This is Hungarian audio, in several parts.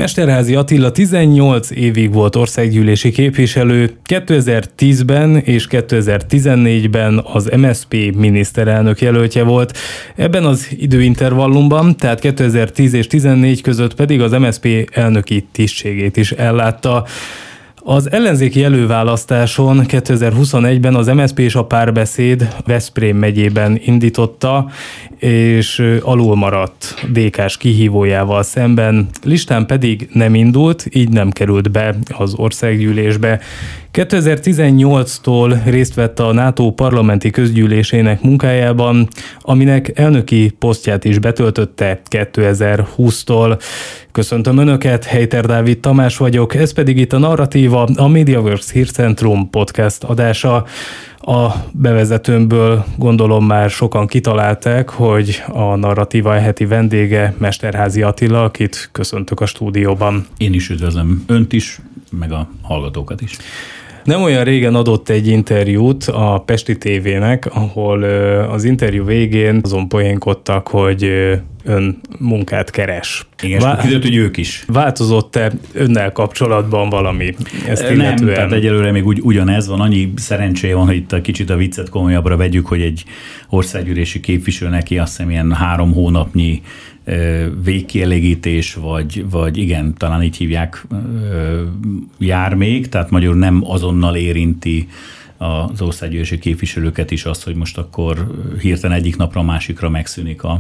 Mesterházy Attila 18 évig volt országgyűlési képviselő, 2010-ben és 2014-ben az MSZP miniszterelnök jelöltje volt. Ebben az időintervallumban, tehát 2010 és 2014 között pedig az MSZP elnöki tisztségét is ellátta. Az ellenzéki előválasztáson 2021-ben az MSZP és a Párbeszéd Veszprém megyében indította, és alul maradt DK-s kihívójával szemben, listán pedig nem indult, így nem került be az országgyűlésbe. 2018-tól részt vett a NATO parlamenti közgyűlésének munkájában, aminek elnöki posztját is betöltötte 2020-tól. Köszöntöm Önöket, Heiter Dávid Tamás vagyok, ez pedig itt a Narratíva, a MediaWorks Hírcentrum podcast adása. A bevezetőmből gondolom már sokan kitalálták, hogy a Narratíva heti vendége Mesterházy Attila, akit köszöntök a stúdióban. Én is üdvözlöm Önt is, meg a hallgatókat is. Nem olyan régen adott egy interjút a Pesti TV-nek, ahol az interjú végén azon poénkodtak, hogy ön munkát keres. Igen, kiderült, hogy ők is. Változott-e önnel kapcsolatban valami ezt illetően? Nem, tehát egyelőre még ugyanez van. Annyi szerencséje van, hogy itt kicsit a viccet komolyabbra vegyük, hogy egy országgyűlési képviselő neki azt hiszem ilyen 3 hónapnyi végkielégítés, vagy igen, talán így hívják, jár még, tehát magyarul nem azonnal érinti az országgyűlési képviselőket is azt, hogy most akkor hirtelen egyik napra a másikra megszűnik a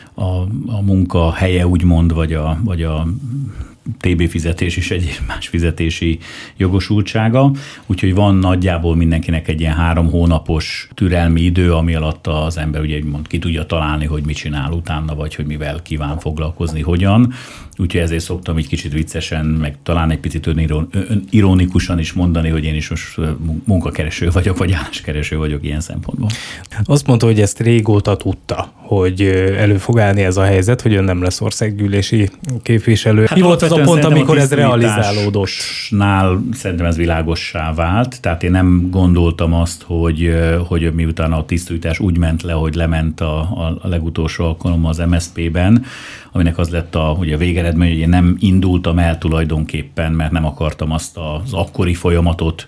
munka helye, úgymond, vagy a TB fizetés és egy más fizetési jogosultsága. Úgyhogy van nagyjából mindenkinek egy ilyen 3 hónapos türelmi idő, ami alatt az ember ugye ki tudja találni, hogy mit csinál utána, vagy hogy mivel kíván foglalkozni, hogyan. Úgyhogy ezért szoktam így kicsit viccesen, meg talán egy picit ironikusan is mondani, hogy én is most munkakereső vagyok, vagy álláskereső vagyok ilyen szempontból. Azt mondta, hogy ezt régóta tudta, hogy elő fog állni ez a helyzet, hogy ön nem lesz országgyűlési képviselő. Hát mi volt az a pont, amikor ez realizálódott? Szerintem ez világossá vált, tehát én nem gondoltam azt, hogy miután a tisztújítás úgy ment le, hogy lement a legutolsó alkalom az MSZP-ben, aminek az lett a végeredmény, hogy én nem indultam el tulajdonképpen, mert nem akartam azt az akkori folyamatot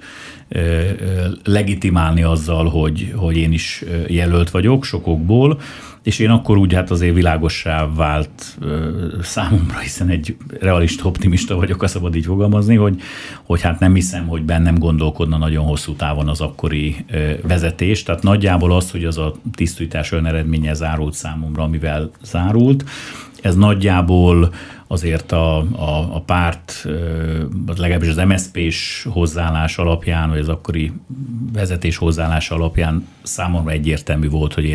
legitimálni azzal, hogy én is jelölt vagyok sokokból, és én akkor úgy hát azért világossá vált számomra, hiszen egy realista, optimista vagyok, azt szabad így fogalmazni, hogy hát nem hiszem, hogy bennem gondolkodna nagyon hosszú távon az akkori vezetés. Tehát nagyjából az, hogy az a tisztújítás olyan eredménye zárult számomra, amivel zárult, ez nagyjából azért a párt, legalábbis az MSZP-s hozzáállás alapján, vagy az akkori vezetés hozzáállása alapján számomra egyértelmű volt, hogy én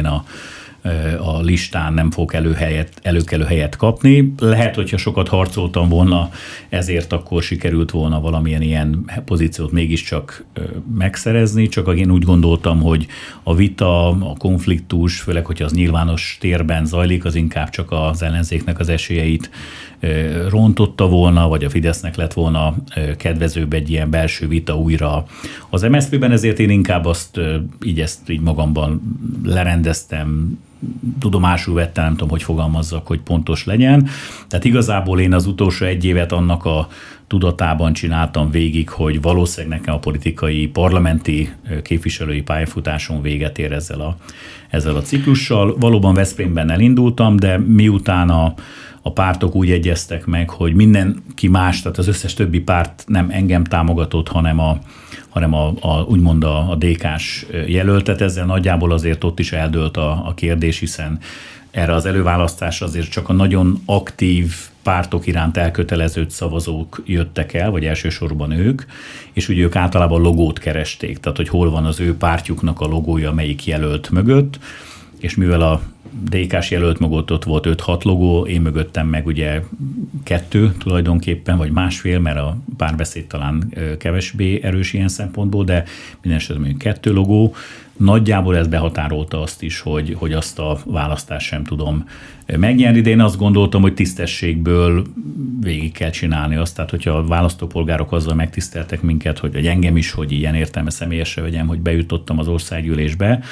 a listán nem fogok előkelő helyet kapni. Lehet, hogyha sokat harcoltam volna, ezért akkor sikerült volna valamilyen ilyen pozíciót mégiscsak megszerezni, csak én úgy gondoltam, hogy a vita, a konfliktus, főleg, hogyha az nyilvános térben zajlik, az inkább csak az ellenzéknek az esélyeit rontotta volna, vagy a Fidesznek lett volna kedvezőbb egy ilyen belső vita újra az MSZP-ben, ezért én inkább ezt így magamban lerendeztem, tudomásul vettem, nem tudom, hogy fogalmazzak, hogy pontos legyen. Tehát igazából én az utolsó 1 évet annak a tudatában csináltam végig, hogy valószínűleg nekem a parlamenti képviselői pályafutáson véget ér ezzel a ciklussal. Valóban Veszprémben elindultam, de miután a pártok úgy egyeztek meg, hogy mindenki más, tehát az összes többi párt nem engem támogatott, hanem úgymond a DK-s jelöltet. Ezzel nagyjából azért ott is eldőlt a kérdés, hiszen erre az előválasztásra azért csak a nagyon aktív pártok iránt elköteleződ szavazók jöttek el, vagy elsősorban ők, és ugye ők általában logót keresték, tehát hogy hol van az ő pártjuknak a logója, melyik jelölt mögött, és mivel a DK-s jelölt mögött ott volt 5-6 logó, én mögöttem meg ugye 2 tulajdonképpen, vagy 1,5, mert a Párbeszéd talán kevésbé erős ilyen szempontból, de minden esetben mondjuk 2 logó. Nagyjából ez behatárolta azt is, hogy azt a választást sem tudom megnyerni, de én azt gondoltam, hogy tisztességből végig kell csinálni azt. Tehát, hogyha a választópolgárok azzal megtiszteltek minket, hogy engem is, hogy ilyen értelme személyesre vegyem, hogy bejutottam az országgyűlésbe,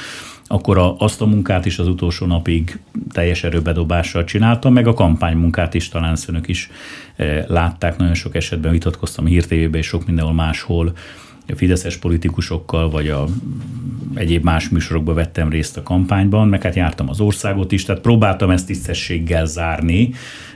akkor azt a munkát is az utolsó napig teljes erőbedobással csináltam, meg a kampánymunkát is, talán önök is látták, nagyon sok esetben vitatkoztam a Hír TV-ben és sok mindenhol máshol, a fideszes politikusokkal, vagy egyéb más műsorokba vettem részt a kampányban, meg hát jártam az országot is, tehát próbáltam ezt tisztességgel zárni,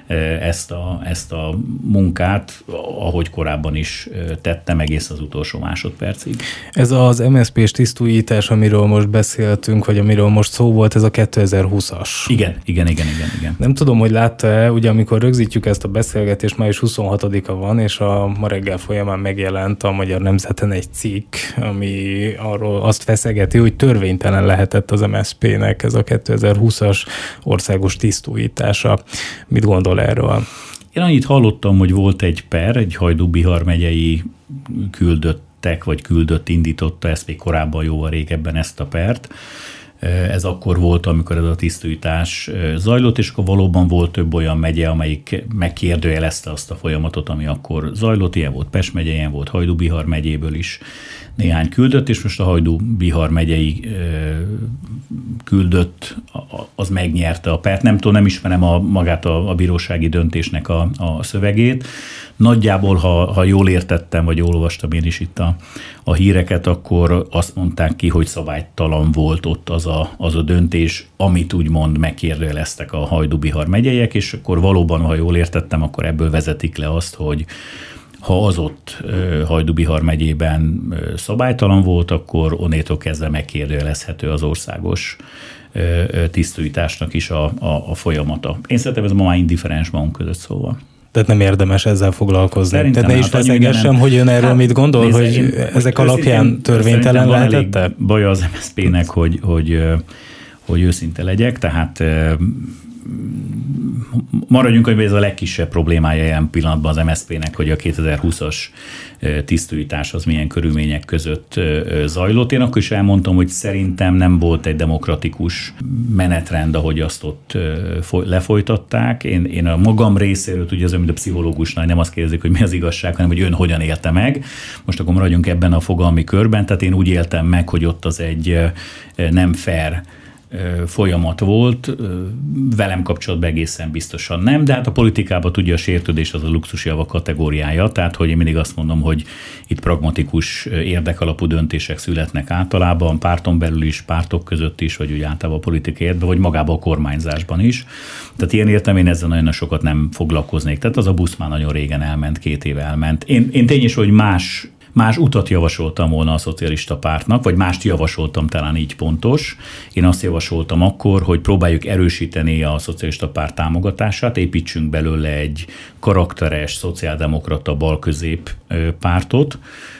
ezt a munkát, ahogy korábban is tettem egész az utolsó másodpercig. Ez az MSZP-s tisztújítás, amiről most beszéltünk, vagy amiről most szó volt, ez a 2020-as. Igen. Nem tudom, hogy látta-e, ugye amikor rögzítjük ezt a beszélgetést, május 26-a van, és ma reggel folyamán megjelent a Magyar Nemzeten egy cikk, ami arról azt feszegeti, hogy törvénytelen lehetett az MSZP-nek ez a 2020-as országos tisztújítása. Mit gondol erről? Én annyit hallottam, hogy volt egy per, egy Hajdú-Bihar megyei küldött indította ezt még korábban, jóval régebben ezt a pert. Ez akkor volt, amikor ez a tisztújítás zajlott, és akkor valóban volt több olyan megye, amelyik megkérdőjelezte azt a folyamatot, ami akkor zajlott. Ilyen volt Pest megye, ilyen volt Hajdú-Bihar megyéből is néhány küldött, és most a Hajdú-Bihar megyei küldött, az megnyerte a pert. Nem ismerem magát a bírósági döntésnek a szövegét. Nagyjából, ha jól értettem, vagy jól olvastam én is itt a híreket, akkor azt mondták ki, hogy szabálytalan volt ott az a döntés, amit úgymond megkérdőjeleztek a Hajdú-Bihar megyeiek, és akkor valóban, ha jól értettem, akkor ebből vezetik le azt, hogy ha az ott Hajdú-Bihar megyében szabálytalan volt, akkor onnétól kezdve megkérdőjelezhető az országos tisztújításnak is a folyamata. Én szerintem ez ma már indifferens magunk között szóval. Tehát nem érdemes ezzel foglalkozni. Szerintem tehát ne is feszegessem, hogy ön erről mit gondol, hogy ezek alapján törvénytelen lehetette? Baja az MSZP-nek, hogy őszinte legyek, tehát maradjunk, hogy ez a legkisebb problémája ilyen pillanatban az MSZP-nek, hogy a 2020-as tisztújítás az milyen körülmények között zajlott. Én akkor is elmondtam, hogy szerintem nem volt egy demokratikus menetrend, ahogy azt ott lefolytatták. Én a magam részéről, ugye az, mint a pszichológusnál nem azt kérdezik, hogy mi az igazság, hanem hogy ön hogyan élte meg. Most akkor maradjunk ebben a fogalmi körben, tehát én úgy éltem meg, hogy ott az egy nem fair folyamat volt, velem kapcsolatban egészen biztosan nem, de hát a politikában tudja, a sértődés az a luxusjava kategóriája, tehát hogy én mindig azt mondom, hogy itt pragmatikus érdekalapú döntések születnek általában, párton belül is, pártok között is, vagy úgy általában a politikai életben, vagy magában a kormányzásban is. Tehát ilyen értem, én ezzel nagyon sokat nem foglalkoznék. Tehát az a busz már nagyon régen elment, 2 éve elment. Én tény is, hogy más utat javasoltam volna a szocialista pártnak, vagy mást javasoltam, talán így pontos. Én azt javasoltam akkor, hogy próbáljuk erősíteni a szocialista párt támogatását, építsünk belőle egy karakteres, szociáldemokrata balközép pártot,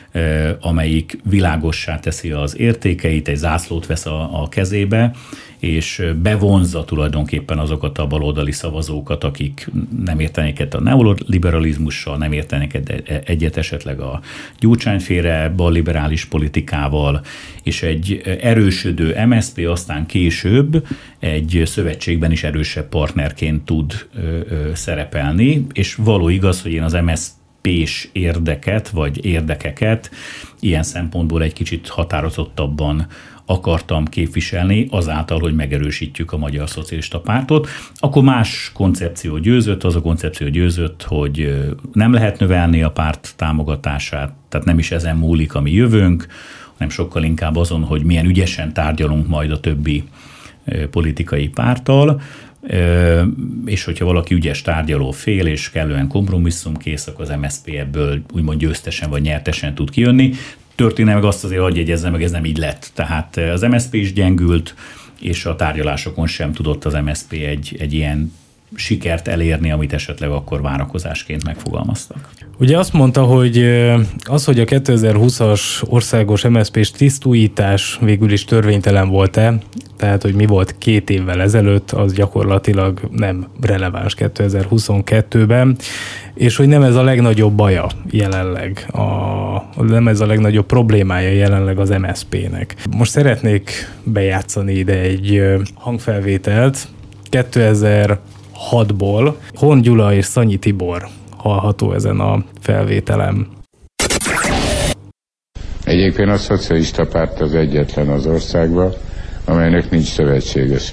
amelyik világossá teszi az értékeit, egy zászlót vesz a kezébe, és bevonzza tulajdonképpen azokat a baloldali szavazókat, akik nem értenek egyet a neoliberalizmussal, nem értenek egyet esetleg a Gyurcsányféle balliberális politikával, és egy erősödő MSZP aztán később egy szövetségben is erősebb partnerként tud szerepelni, és való igaz, hogy én az MSZP-s érdeket, vagy érdekeket ilyen szempontból egy kicsit határozottabban akartam képviselni azáltal, hogy megerősítjük a Magyar Szocialista Pártot. Akkor más koncepció győzött, az a koncepció győzött, hogy nem lehet növelni a párt támogatását, tehát nem is ezen múlik a mi jövőnk, hanem sokkal inkább azon, hogy milyen ügyesen tárgyalunk majd a többi politikai párttal, és hogyha valaki ügyes tárgyaló fél, és kellően kompromisszumkész, akkor az MSZP ebből úgymond győztesen vagy nyertesen tud kijönni. Történne meg azt azért, hogy jegyezzem meg, ez nem így lett. Tehát az MSZP is gyengült, és a tárgyalásokon sem tudott az MSZP egy ilyen sikert elérni, amit esetleg akkor várakozásként megfogalmaztak. Ugye azt mondta, hogy az, hogy a 2020-as országos MSZP-s tisztújítás végül is törvénytelen volt-e, tehát hogy mi volt 2 évvel ezelőtt, az gyakorlatilag nem releváns 2022-ben, és hogy nem ez a legnagyobb baja jelenleg, nem ez a legnagyobb problémája jelenleg az MSZP-nek. Most szeretnék bejátszani ide egy hangfelvételt 2006-ból. Horn Gyula és Szanyi Tibor hallható ezen a felvételem. Egyébként a szocialista párt az egyetlen az országban, amelynek nincs szövetséges.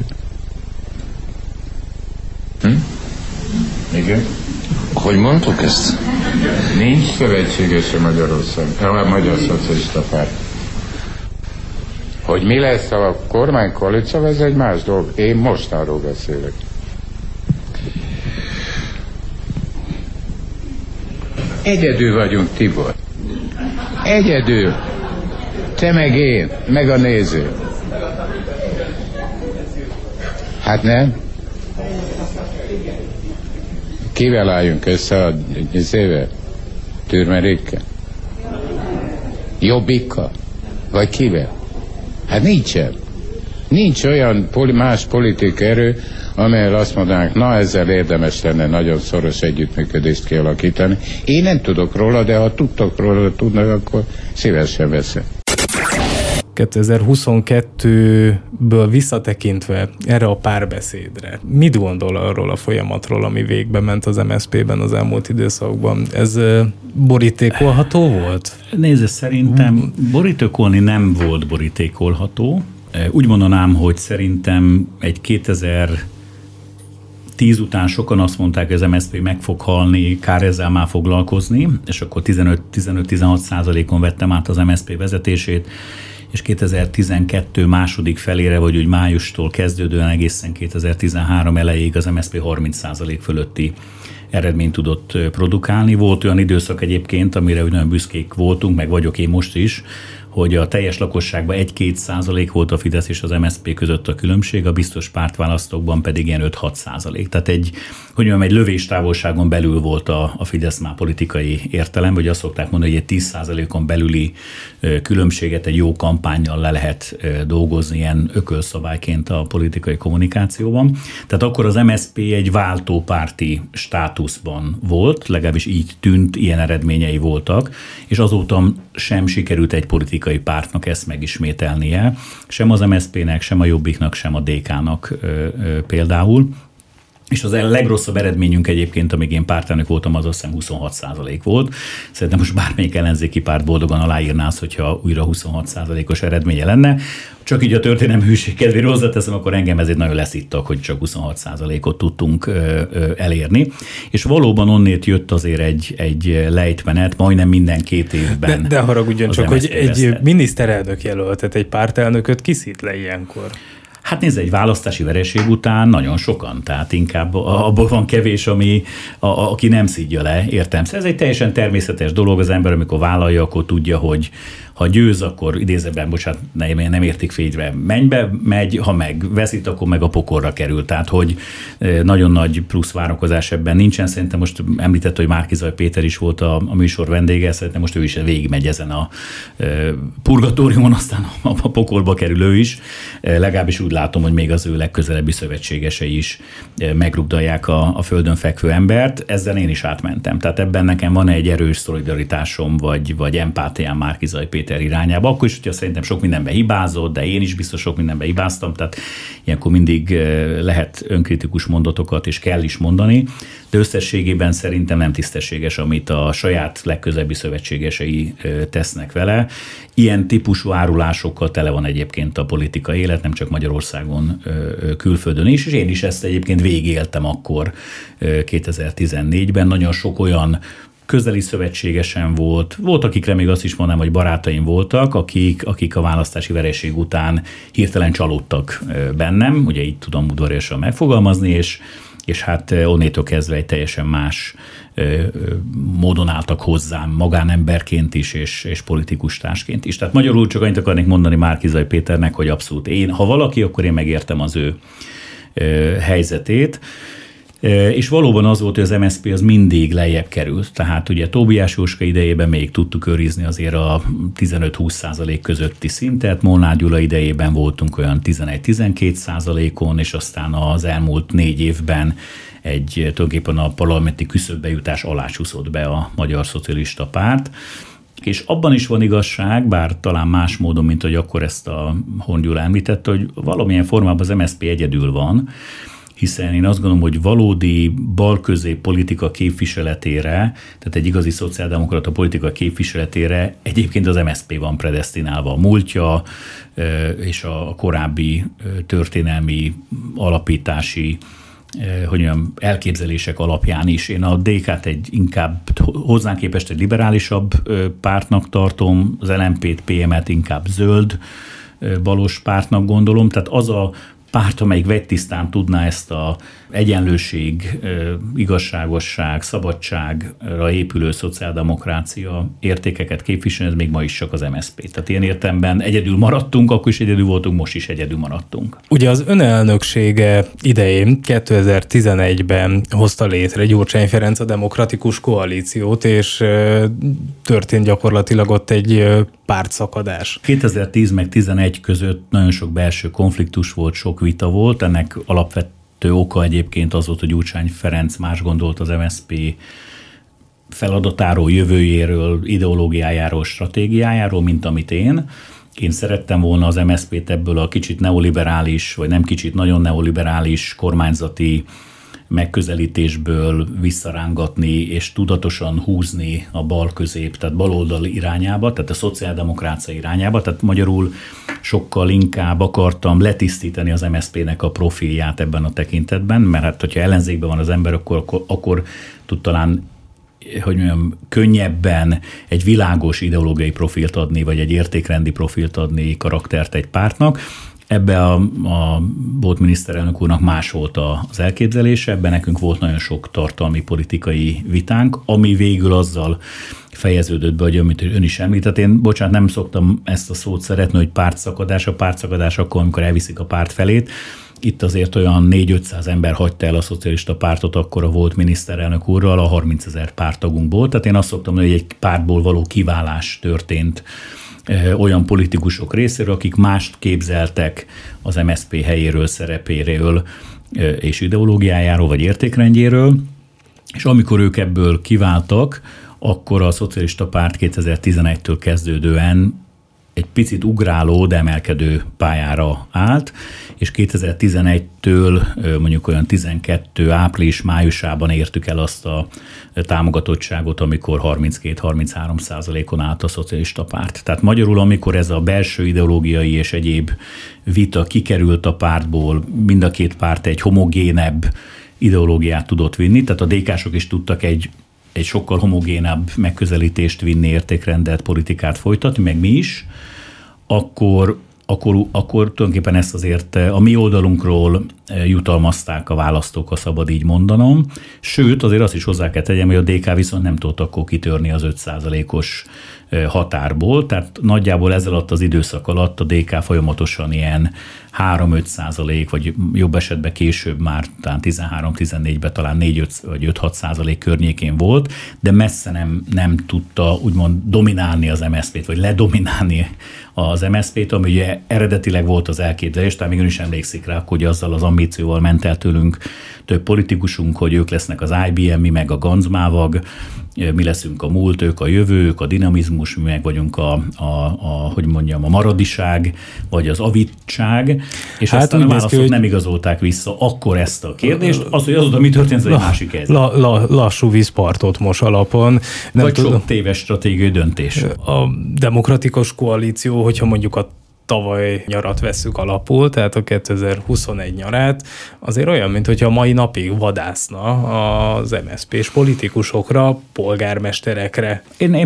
Igen? Hogy mondtuk ezt? Nincs szövetséges a Magyar Szocialista Párt. Hogy mi lesz a kormánykoalíció, ez egy más dolog. Én most arról beszélek. Egyedül vagyunk, Tibor. Egyedül. Te meg én, meg a néző. Hát nem? Kivel álljunk össze a izével? Türmerékkel? Jobbikkal? Vagy kivel? Hát nincsen. Nincs olyan más politikai erő, amelyel azt mondanánk, na ezzel érdemes lenne nagyon szoros együttműködést kialakítani. Én nem tudok róla, de ha tudtok róla, tudnak, akkor szívesen veszem. 2022-ből visszatekintve erre a párbeszédre, mit gondol arról a folyamatról, ami végbe ment az MSZP-ben az elmúlt időszakban? Ez borítékolható volt? Nézd, szerintem borítékolni nem volt borítékolható. Úgy mondanám, hogy szerintem egy 2010 után sokan azt mondták, hogy az MSZP meg fog halni, kár ezzel már foglalkozni, és akkor 15-16%-on vettem át az MSZP vezetését, és 2012 második felére, vagy úgy májustól kezdődően egészen 2013 elejéig az MSZP 30% fölötti eredményt tudott produkálni. Volt olyan időszak egyébként, amire nagyon büszkék voltunk, meg vagyok én most is, hogy a teljes lakosságban 1-2% volt a Fidesz és az MSZP között a különbség, a biztos pártválasztókban pedig ilyen 5-6%. Tehát egy lövéstávolságon belül volt a Fidesz már politikai értelem, vagy azt szokták mondani, hogy egy 10%-on belüli különbséget egy jó kampánnyal le lehet dolgozni ilyen ökölszabályként a politikai kommunikációban. Tehát akkor az MSZP egy váltópárti státuszban volt, legalábbis így tűnt, ilyen eredményei voltak, és azóta sem sikerült egy politikai pártnak ezt megismételnie, sem az MSZP-nek, sem a Jobbiknak, sem a DK-nak például. És az legrosszabb eredményünk egyébként, amíg én pártelnök voltam, az azt hiszem 26% volt. Szerintem most bármelyik ellenzéki párt boldogan aláírná azt, hogyha újra 26%-os eredménye lenne. Csak így a történelem hűség kedvére hozzáteszem, akkor engem ezért nagyon leszittak, hogy csak 26%-ot tudtunk elérni. És valóban onnét jött azért egy lejtmenet, majdnem minden 2 évben. De haragudjon csak, hogy egy miniszterelnök jelöltet, egy pártelnököt kiszít le ilyenkor. Hát nézd, egy választási vereség után nagyon sokan, tehát inkább abból van kevés, aki nem szidja le, értem. Ez egy teljesen természetes dolog, az ember, amikor vállalja, akkor tudja, hogy ha győz, akkor idézőben, bocsánat, nem értik fényre, mennybe megy, ha meg veszít, akkor meg a pokorra kerül. Tehát, hogy nagyon nagy plusz várakozás ebben nincsen. Szerintem most említett, hogy Márki-Zay Péter is volt a műsor vendége, szerintem most ő is végigmegy ezen a purgatóriumon, aztán a pokolba kerül ő is. Legalábbis úgy látom, hogy még az ő legközelebbi szövetségesei is megrugdalják a földön fekvő embert. Ezzel én is átmentem. Tehát ebben nekem van egy erős szolidaritásom, vagy empátiám Márki-Zay Péter irányába. Akkor is, hogyha szerintem sok mindenben hibázott, de én is biztos sok mindenben hibáztam, tehát ilyenkor mindig lehet önkritikus mondatokat, és kell is mondani, de összességében szerintem nem tisztességes, amit a saját legközelebbi szövetségesei tesznek vele. Ilyen típusú árulásokkal tele van egyébként a politikai élet, nem csak Magyarországon, külföldön is, és én is ezt egyébként végigéltem akkor 2014-ben. Nagyon sok olyan közeli szövetségesen volt, akikre még azt is mondanám, hogy barátaim voltak, akik a választási vereség után hirtelen csalódtak bennem, ugye így tudom udvariasan megfogalmazni, és hát onnétől kezdve egy teljesen más módon álltak hozzám magánemberként is, és politikus társként is. Tehát magyarul csak annyit akarnék mondani Márki-Zay Péternek, hogy abszolút ha valaki, akkor én megértem az ő helyzetét. És valóban az volt, hogy az MSZP az mindig lejjebb került. Tehát ugye Tóbiás Jóska idejében még tudtuk őrizni azért a 15-20% közötti szintet, Molnár Gyula idejében voltunk olyan 11-12%-on, és aztán az elmúlt 4 évben tulajdonképpen a parlamenti küszöbbe jutás alá csúszott be a Magyar Szocialista Párt. És abban is van igazság, bár talán más módon, mint hogy akkor ezt a Horn Gyula említette, hogy valamilyen formában az MSZP egyedül van, hiszen én azt gondolom, hogy valódi bal-közép politika képviseletére, tehát egy igazi szociáldemokrata politika képviseletére egyébként az MSZP van predesztinálva. A múltja és a korábbi történelmi alapítási elképzelések alapján is. Én a DK-t inkább hozzánk képest egy liberálisabb pártnak tartom, az LMP-t, PM-et inkább zöld balos pártnak gondolom, tehát az a párt, amelyik vegytisztán tudná ezt a egyenlőség, igazságosság, szabadságra épülő szociáldemokrácia értékeket képviselni, ez még ma is csak az MSZP. Tehát ilyen értelemben egyedül maradtunk, akkor is egyedül voltunk, most is egyedül maradtunk. Ugye az önelnöksége idején 2011-ben hozta létre Gyurcsány Ferenc a Demokratikus Koalíciót, és történt gyakorlatilag ott egy pártszakadás. 2010 meg 2011 között nagyon sok belső konfliktus volt, sok vita volt, ennek alapvető oka egyébként az volt, hogy Gyurcsány Ferenc más gondolt az MSZP feladatáról, jövőjéről, ideológiájáról, stratégiájáról, mint amit én. Én szerettem volna az MSZP-t ebből a kicsit neoliberális, vagy nem kicsit, nagyon neoliberális kormányzati megközelítésből visszarángatni és tudatosan húzni a bal-közép, tehát baloldal irányába, tehát a szociáldemokrácia irányába, tehát magyarul sokkal inkább akartam letisztítani az MSZP-nek a profilját ebben a tekintetben, mert hát, hogyha ellenzékben van az ember, akkor tud talán, hogy mondjam, könnyebben egy világos ideológiai profilt adni, vagy egy értékrendi profilt adni, karaktert egy pártnak. Ebbe a volt miniszterelnök úrnak más volt az elképzelése, ebben nekünk volt nagyon sok tartalmi politikai vitánk, ami végül azzal fejeződött be, hogy amit ön is említett. Én, bocsánat, nem szoktam ezt a szót szeretni, hogy pártszakadás. A pártszakadás akkor, amikor elviszik a párt felét. Itt azért olyan 400-500 ember hagyta el a szocialista pártot akkor a volt miniszterelnök úrral, a 30 000 párttagunkból. Tehát én azt szoktam mondani, hogy egy pártból való kiválás történt olyan politikusok részéről, akik mást képzeltek az MSZP helyéről, szerepéről és ideológiájáról, vagy értékrendjéről, és amikor ők ebből kiváltak, akkor a szocialista párt 2011-től kezdődően egy picit ugráló, de emelkedő pályára állt, és 2011-től mondjuk olyan 12 április-májusában értük el azt a támogatottságot, amikor 32-33%-on állt a szocialista párt. Tehát magyarul, amikor ez a belső ideológiai és egyéb vita kikerült a pártból, mind a két párt egy homogénebb ideológiát tudott vinni, tehát a DK-sok is tudtak egy sokkal homogénebb megközelítést vinni, értékrendet, politikát folytatni, meg mi is, akkor tulajdonképpen ezt azért a mi oldalunkról jutalmazták a választók, ha szabad így mondanom. Sőt, azért azt is hozzá kell tegyem, hogy a DK viszont nem tudott akkor kitörni az 5%-os határból, tehát nagyjából ez alatt az időszak alatt a DK folyamatosan ilyen 3-5%, vagy jobb esetben később már talán 13-14-ben talán 4-5 vagy 5-6% környékén volt, de messze nem tudta úgymond dominálni az MSZP-t, vagy ledominálni az MSZP-t, ami ugye eredetileg volt az elképzelés, tehát még ön is emlékszik rá, hogy azzal az ambícióval ment el tőlünk több politikusunk, hogy ők lesznek az IBM, mi meg a Ganzmávag, mi leszünk a múlt, ők a jövő, ők a dinamizmus, mi meg vagyunk hogy mondjam, a maradiság, vagy az avitság, és hát aztán a választók nem igazolták vissza akkor ezt a kérdést, hogy azóta mi történt, ez egy másik helyzet. Lassú vízpartot mos alapon. Nem vagy sok téves stratégiai döntés. A Demokratikus Koalíció, hogyha mondjuk a tavaly nyarat vesszük alapul, tehát a 2021 nyarát, azért olyan, mintha mai napig vadászna az MSZP-s politikusokra, polgármesterekre.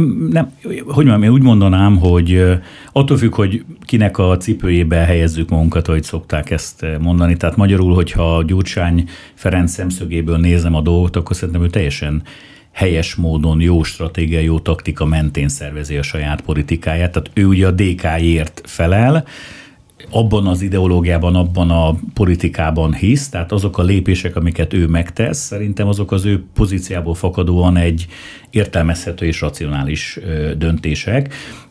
Én úgy mondanám, hogy attól függ, hogy kinek a cipőjébe helyezzük magunkat, ahogy szokták ezt mondani. Tehát magyarul, hogyha Gyurcsány Ferenc szemszögéből nézem a dolgot, akkor szerintem ő teljesen helyes módon, jó stratégia, jó taktika mentén szervezi a saját politikáját. Tehát ő ugye a DK-ért felel, abban az ideológiában, abban a politikában hisz, tehát azok a lépések, amiket ő megtesz, szerintem azok az ő pozíciából fakadóan egy értelmezhető és racionális döntések.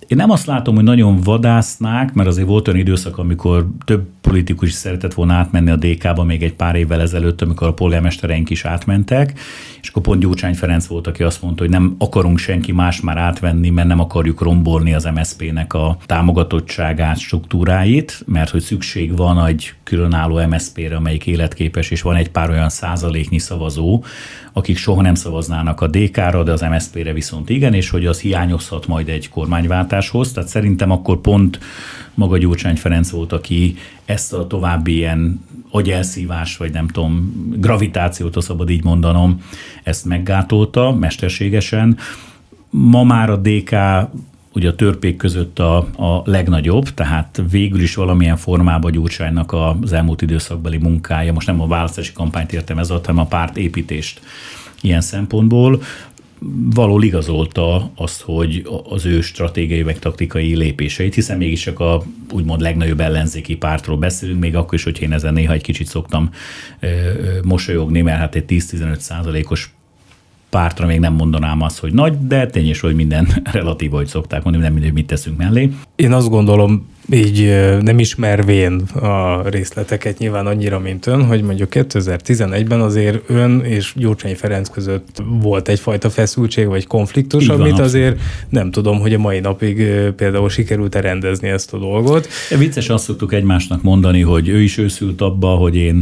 Én nem azt látom, hogy nagyon vadásznák, mert azért volt olyan időszak, amikor több politikus is szeretett volna átmenni a DK-ba még egy pár évvel ezelőtt, amikor a polgármestereink is átmentek, és akkor pont Gyurcsány Ferenc volt, aki azt mondta, hogy nem akarunk senki más már átvenni, mert nem akarjuk rombolni az MSZP-nek a támogatottságát, struktúráit, mert hogy szükség van egy különálló MSZP-re, amelyik életképes, és van egy pár olyan százaléknyi szavazó, akik soha nem szavaznának a DK-ra, de az MSZP-re viszont igen, és hogy az hiányozhat majd egy kormányváltáshoz. Tehát szerintem akkor pont maga Gyurcsány Ferenc volt, aki ezt a további ilyen agyelszívás, vagy nem tudom, gravitációt, ha szabad így mondanom, ezt meggátolta mesterségesen. Ma már a DK ugye a törpék között a legnagyobb, tehát végül is valamilyen formában Gyurcsánynak az elmúlt időszakbeli munkája, most nem a választási kampányt értem ez alatt, hanem a pártépítést ilyen szempontból, valahol igazolta azt, hogy az ő stratégiai meg taktikai lépéseit, hiszen mégis csak a úgymond legnagyobb ellenzéki pártról beszélünk, még akkor is, hogy én ezen néha egy kicsit szoktam mosolyogni, mert hát egy 10-15%-os pártra még nem mondanám azt, hogy nagy, de tényes, hogy minden relatív, hogy szokták mondani, nem mindegy, mit teszünk mellé. Én azt gondolom, így nem ismervén a részleteket nyilván annyira, mint ön, hogy mondjuk 2011-ben azért ön és Gyurcsány Ferenc között volt egyfajta feszültség vagy konfliktus, van, amit abszolút. Azért nem tudom, hogy a mai napig például sikerült-e rendezni ezt a dolgot. Viccesen azt szoktuk egymásnak mondani, hogy ő is őszült abba, hogy én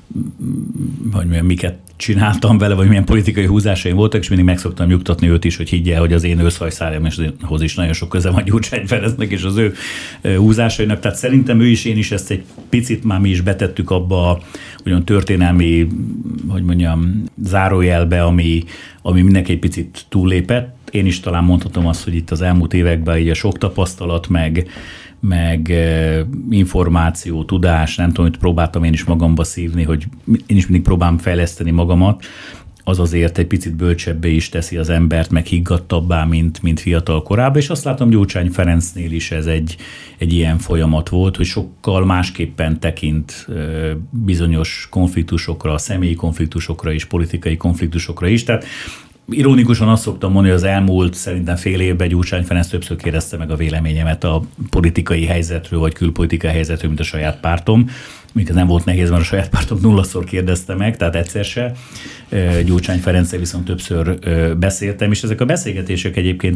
vagy miket csináltam vele, vagy milyen politikai húzásaim voltak, és mindig meg szoktam nyugtatni őt is, hogy higgye, hogy az én őszhajszárjamhoz is nagyon sok köze van Gyurcsány Ferencnek és az ő húzásainak. Tehát szerintem ő is, én is ezt egy picit már mi is betettük abba a olyan történelmi, hogy mondjam, zárójelbe, ami mindenki egy picit túllépett. Én is talán mondhatom azt, hogy itt az elmúlt években így a sok tapasztalat, meg információ, tudás, nem tudom, hogy próbáltam én is magamba szívni, hogy én is mindig próbálom fejleszteni magamat, az azért egy picit bölcsebbé is teszi az embert, meg higgadtabbá, mint fiatal korában, és azt látom Gyurcsány Ferencnél is ez egy ilyen folyamat volt, hogy sokkal másképpen tekint bizonyos konfliktusokra, személyi konfliktusokra is, politikai konfliktusokra is, tehát ironikusan azt szoktam mondani, hogy az elmúlt szerintem fél évben Gyurcsány Ferenc többször kérdezte meg a véleményemet a politikai helyzetről, vagy külpolitikai helyzetről, mint a saját pártom. Mikor nem volt nehéz, mert a saját pártom 0-szor kérdezte meg, tehát egyszer se. Gyurcsány Ferenccel viszont többször beszéltem, és ezek a beszélgetések egyébként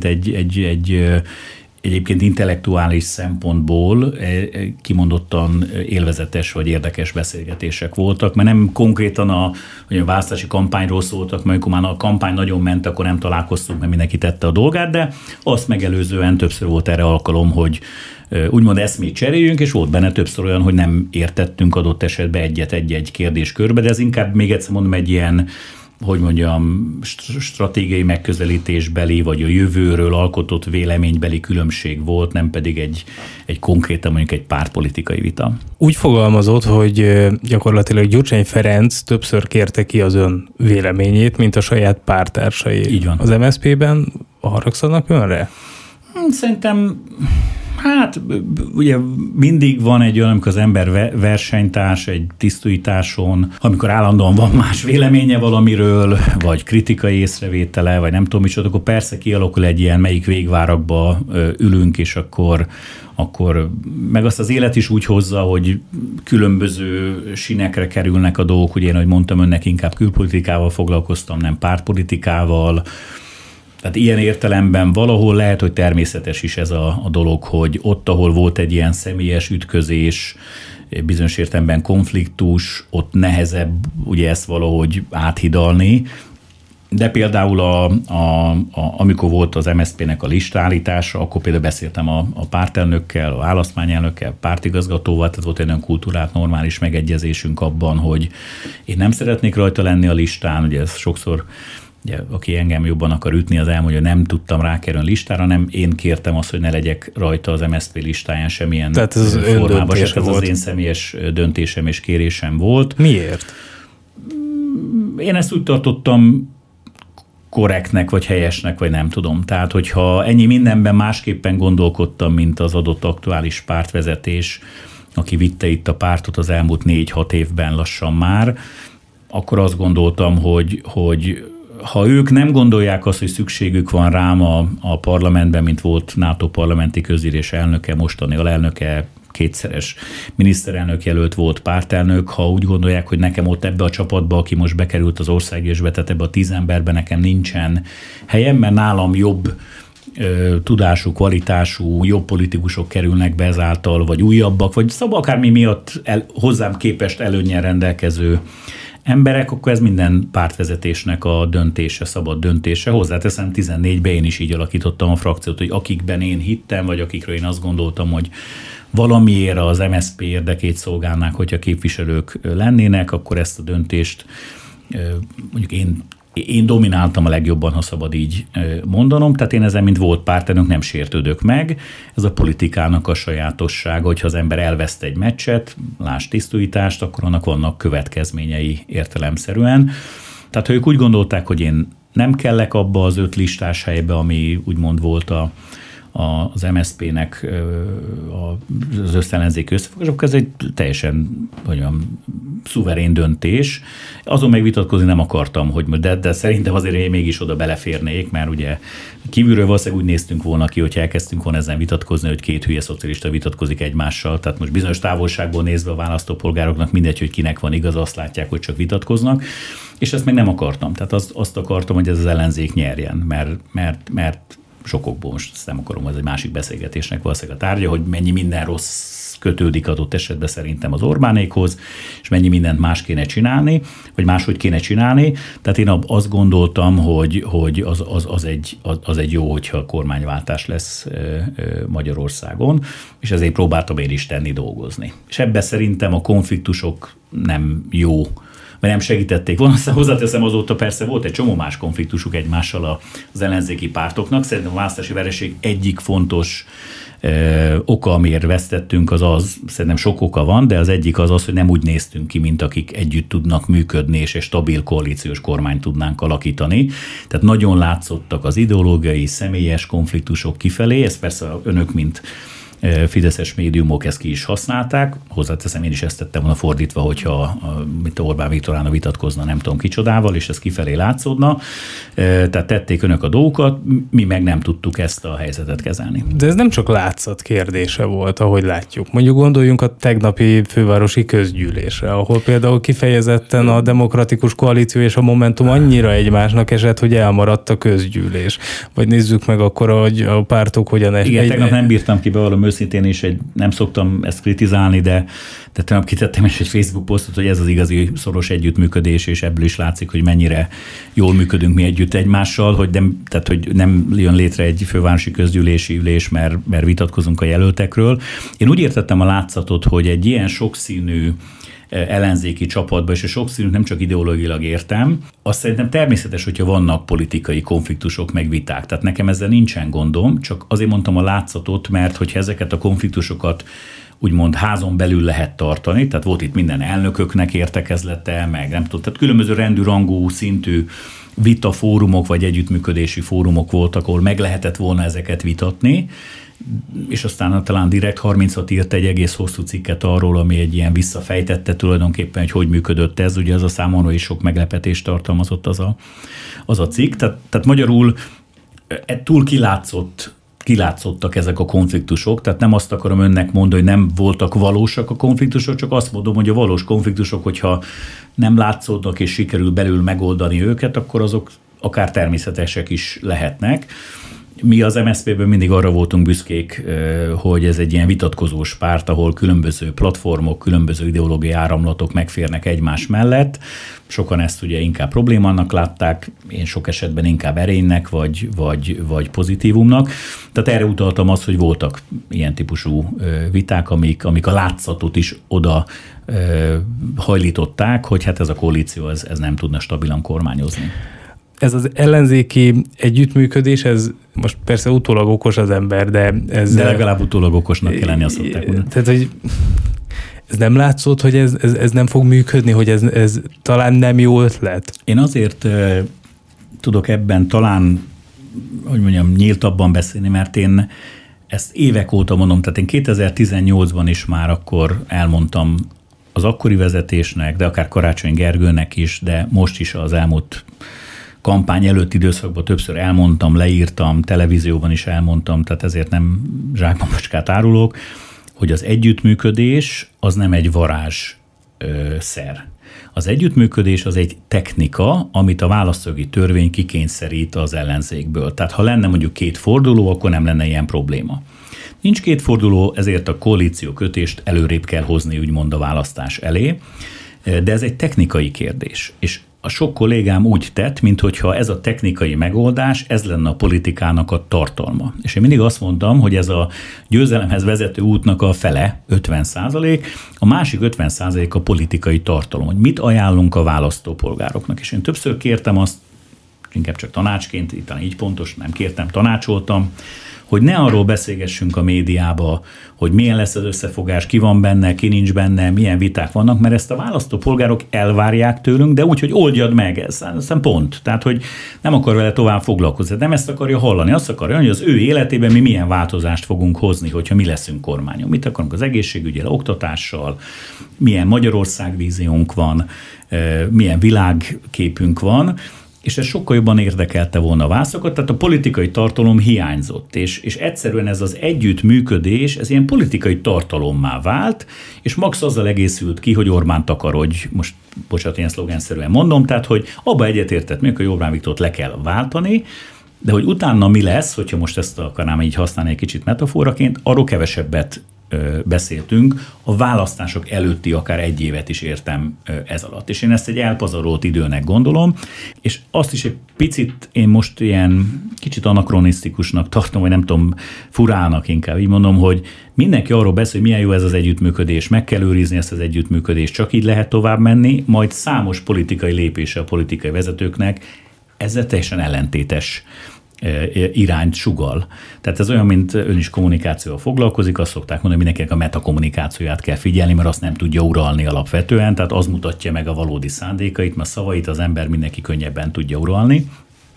egyébként intellektuális szempontból kimondottan élvezetes vagy érdekes beszélgetések voltak, mert nem konkrétan a választási kampányról szóltak, mert amikor már a kampány nagyon ment, akkor nem találkoztunk, mert mindenki tette a dolgát, de azt megelőzően többször volt erre alkalom, hogy úgymond eszmét cseréljünk, és volt benne többször olyan, hogy nem értettünk adott esetben egy-egy kérdéskörbe, de ez inkább még egyszer mondom egy ilyen, hogy mondjam, stratégiai megközelítésbeli, vagy a jövőről alkotott véleménybeli különbség volt, nem pedig egy konkrétan mondjuk egy pártpolitikai vita. Úgy fogalmazott, hogy gyakorlatilag Gyurcsány Ferenc többször kérte ki az ön véleményét, mint a saját párttársai. Így van. Az MSZP-ben haragszanak önre? Szerintem, hát ugye mindig van egy olyan, amikor az ember versenytárs egy tisztújításon, amikor állandóan van más véleménye valamiről, vagy kritikai észrevétele, vagy nem tudom micsoda, akkor persze kialakul egy ilyen, melyik végvárakba ülünk, és akkor meg azt az élet is úgy hozza, hogy különböző sinekre kerülnek a dolgok, ugye én, ahogy mondtam önnek, inkább külpolitikával foglalkoztam, nem pártpolitikával. Tehát ilyen értelemben valahol lehet, hogy természetes is ez a dolog, hogy ott, ahol volt egy ilyen személyes ütközés, bizonyos értelemben konfliktus, ott nehezebb ugye ezt valahogy áthidalni. De például amikor volt az MSZP-nek a listállítása, akkor például beszéltem a pártelnökkel, a választmányelnökkel, pártigazgatóval, tehát volt egy olyan kultúrát, normális megegyezésünk abban, hogy én nem szeretnék rajta lenni a listán, ugye ez sokszor, ugye, aki engem jobban akar ütni, az elmondja, hogy nem tudtam rákerülni listára, nem én kértem azt, hogy ne legyek rajta az MSZP listáján semmilyen formában. Ez az én személyes döntésem és kérésem volt. Miért? Én ezt úgy tartottam korrektnek, vagy helyesnek, vagy nem tudom. Tehát, hogyha ennyi mindenben másképpen gondolkodtam, mint az adott aktuális pártvezetés, aki vitte itt a pártot az elmúlt 4-6 évben lassan már, akkor azt gondoltam, hogy ha ők nem gondolják azt, hogy szükségük van rám a parlamentben, mint volt NATO parlamenti közgyűlés elnöke, mostani alelnöke, kétszeres miniszterelnök jelölt volt, pártelnök, ha úgy gondolják, hogy nekem ott ebbe a csapatba, aki most bekerült az országgyűlésbe, tehát ebbe a 10 emberben nekem nincsen helyem, mert nálam jobb tudású, kvalitású, jobb politikusok kerülnek be ezáltal, vagy újabbak, vagy szóval akármi miatt hozzám képest előnnyel rendelkező emberek, akkor ez minden pártvezetésnek a döntése, szabad döntése. Hozzáteszem, 14-ben én is így alakítottam a frakciót, hogy akikben én hittem, vagy akikről én azt gondoltam, hogy valamiért az MSZP érdekét szolgálnák, hogyha képviselők lennének, akkor ezt a döntést mondjuk én domináltam a legjobban, ha szabad így mondanom, tehát én ezen, mint volt pártelnök, nem sértődök meg. Ez a politikának a sajátossága, hogyha az ember elveszt egy meccset, lásd tisztújítást, akkor annak vannak következményei értelemszerűen. Tehát ha ők úgy gondolták, hogy én nem kellek abba az 5 listás helybe, ami úgymond volt az MSZP-nek az összellenzéki összefogás, akkor ez egy teljesen szuverén döntés. Azon megvitatkozni nem akartam, hogy de szerintem azért én mégis oda beleférnék, mert ugye kívülről valószínűleg úgy néztünk volna ki, hogyha elkezdtünk volna ezen vitatkozni, hogy 2 hülye szocialista vitatkozik egymással, tehát most bizonyos távolságból nézve a választópolgároknak mindegy, hogy kinek van igaz, azt látják, hogy csak vitatkoznak, és ezt meg nem akartam. Tehát azt akartam, hogy ez az ellenzék nyerjen, mert sokokból, most ezt nem akarom, ez egy másik beszélgetésnek valószínűleg a tárgya, hogy mennyi minden rossz kötődik adott esetben szerintem az Orbánékhoz, és mennyi mindent más kéne csinálni, vagy máshogy kéne csinálni. Tehát én azt gondoltam, hogy az egy jó, hogyha kormányváltás lesz Magyarországon, és ezért próbáltam én is tenni, dolgozni. És ebben szerintem a konfliktusok nem jó, mert nem segítették volna. Aztán hozzáteszem, azóta persze volt egy csomó más konfliktusuk egymással az ellenzéki pártoknak. Szerintem a választási vereség egyik fontos oka, amiért vesztettünk, az szerintem sok oka van, de az egyik az, hogy nem úgy néztünk ki, mint akik együtt tudnak működni, és egy stabil koalíciós kormányt tudnánk alakítani. Tehát nagyon látszottak az ideológiai, személyes konfliktusok kifelé, ez persze önök, mint fideszes médiumok ezt ki is használták. Hozzáteszem, én is ezt tettem volna fordítva, hogyha mint Orbán Viktorána vitatkozna nem tudom kicsodával, és ez kifelé látszódna. Tehát tették önök a dolgokat, mi meg nem tudtuk ezt a helyzetet kezelni. De ez nem csak látszat kérdése volt, ahogy látjuk. Mondjuk gondoljunk a tegnapi fővárosi közgyűlésre, ahol például kifejezetten a Demokratikus Koalíció és a Momentum annyira egymásnak esett, hogy elmaradt a közgyűlés. Vagy nézzük meg akkor, hogy a pártok hogyan... Igen, tegnap nem bírtam ki bevallom őszintén is, nem szoktam ezt kritizálni, de tegnap kitettem is egy Facebook posztot, hogy ez az igazi szoros együttműködés, és ebből is látszik, hogy mennyire jól működünk mi együtt egymással, hogy nem jön létre egy fővárosi közgyűlési ülés, mert vitatkozunk a jelöltekről. Én úgy értettem a látszatot, hogy egy ilyen sokszínű ellenzéki csapatba, és a sokszínűt nem csak ideológiailag értem, azt szerintem természetes, hogyha vannak politikai konfliktusok, meg viták. Tehát nekem ezzel nincsen gondom, csak azért mondtam a látszatot, mert hogyha ezeket a konfliktusokat úgymond házon belül lehet tartani, tehát volt itt minden elnököknek értekezlete, meg nem tudom, tehát különböző rendű, rangú, szintű vitafórumok, vagy együttműködési fórumok voltak, ahol meg lehetett volna ezeket vitatni, és aztán talán Direkt 36 írt egy egész hosszú cikket arról, ami egy ilyen visszafejtette tulajdonképpen, hogy működött ez, ugye az a számomra is sok meglepetést tartalmazott az a cikk. Tehát magyarul túl kilátszottak ezek a konfliktusok, tehát nem azt akarom önnek mondani, hogy nem voltak valósak a konfliktusok, csak azt mondom, hogy a valós konfliktusok, hogyha nem látszódnak és sikerül belül megoldani őket, akkor azok akár természetesek is lehetnek. Mi az MSZP-ben mindig arra voltunk büszkék, hogy ez egy ilyen vitatkozós párt, ahol különböző platformok, különböző ideológiai áramlatok megférnek egymás mellett. Sokan ezt ugye inkább problémának látták, én sok esetben inkább erénynek, vagy pozitívumnak. Tehát erre utaltam azt, hogy voltak ilyen típusú viták, amik a látszatot is oda hajlították, hogy hát ez a koalíció ez nem tudna stabilan kormányozni. Ez az ellenzéki együttműködés, ez most persze utólag okos az ember, de ez... De legalább utólag okosnak kell lenni, azt szokták mondani. Tehát, hogy ez nem látszott, hogy ez nem fog működni, hogy ez talán nem jó ötlet? Én azért tudok ebben talán, hogy mondjam, nyíltabban beszélni, mert én ezt évek óta mondom, tehát én 2018-ban is már akkor elmondtam az akkori vezetésnek, de akár Karácsony Gergőnek is, de most is az elmúlt kampány előtti időszakban többször elmondtam, leírtam, televízióban is elmondtam, tehát ezért nem zsákba macskát árulok, hogy az együttműködés az nem egy varázsszer. Az együttműködés az egy technika, amit a választójogi törvény kikényszerít az ellenzékből. Tehát ha lenne mondjuk 2 forduló, akkor nem lenne ilyen probléma. Nincs 2 forduló, ezért a koalíciókötést előrébb kell hozni, úgymond a választás elé, de ez egy technikai kérdés. És a sok kollégám úgy tett, minthogyha ez a technikai megoldás, ez lenne a politikának a tartalma. És én mindig azt mondtam, hogy ez a győzelemhez vezető útnak a fele, 50%, a másik 50% a politikai tartalom, hogy mit ajánlunk a választópolgároknak. És én többször kértem azt, inkább csak tanácsként, itt így pontos, nem kértem, tanácsoltam, hogy ne arról beszélgessünk a médiába, hogy milyen lesz az összefogás, ki van benne, ki nincs benne, milyen viták vannak, mert ezt a választópolgárok elvárják tőlünk, de úgy, hogy oldjad meg, ez pont. Tehát, hogy nem akar vele tovább foglalkozni, nem ezt akarja hallani, azt akarja, hogy az ő életében mi milyen változást fogunk hozni, hogyha mi leszünk kormányon. Mit akarunk az egészségügyel, oktatással, milyen Magyarország víziónk van, milyen világképünk van, és ez sokkal jobban érdekelte volna a válaszokat, tehát a politikai tartalom hiányzott, és egyszerűen ez az együttműködés, ez ilyen politikai tartalommá vált, és max azzal egészült ki, hogy Orbán takarodj, most bocsánat, ilyen szlogenszerűen mondom, tehát hogy abba egyetértett még, hogy Orbán Viktort le kell váltani, de hogy utána mi lesz, hogyha most ezt akarnám így használni egy kicsit metaforaként, arról kevesebbet beszéltünk, a választások előtti akár 1 évet is értem ez alatt. És én ezt egy elpazarolt időnek gondolom, és azt is egy picit én most ilyen kicsit anakronisztikusnak tartom, vagy nem tudom, furának inkább így mondom, hogy mindenki arról beszél, hogy milyen jó ez az együttműködés, meg kell őrizni ezt az együttműködést, csak így lehet tovább menni, majd számos politikai lépése a politikai vezetőknek ezzel teljesen ellentétes irányt sugall. Tehát ez olyan, mint ön is kommunikációval foglalkozik, azt szokták mondani, hogy mindenkinek a metakommunikációját kell figyelni, mert azt nem tudja uralni alapvetően, tehát az mutatja meg a valódi szándékait, mert szavait az ember mindenki könnyebben tudja uralni.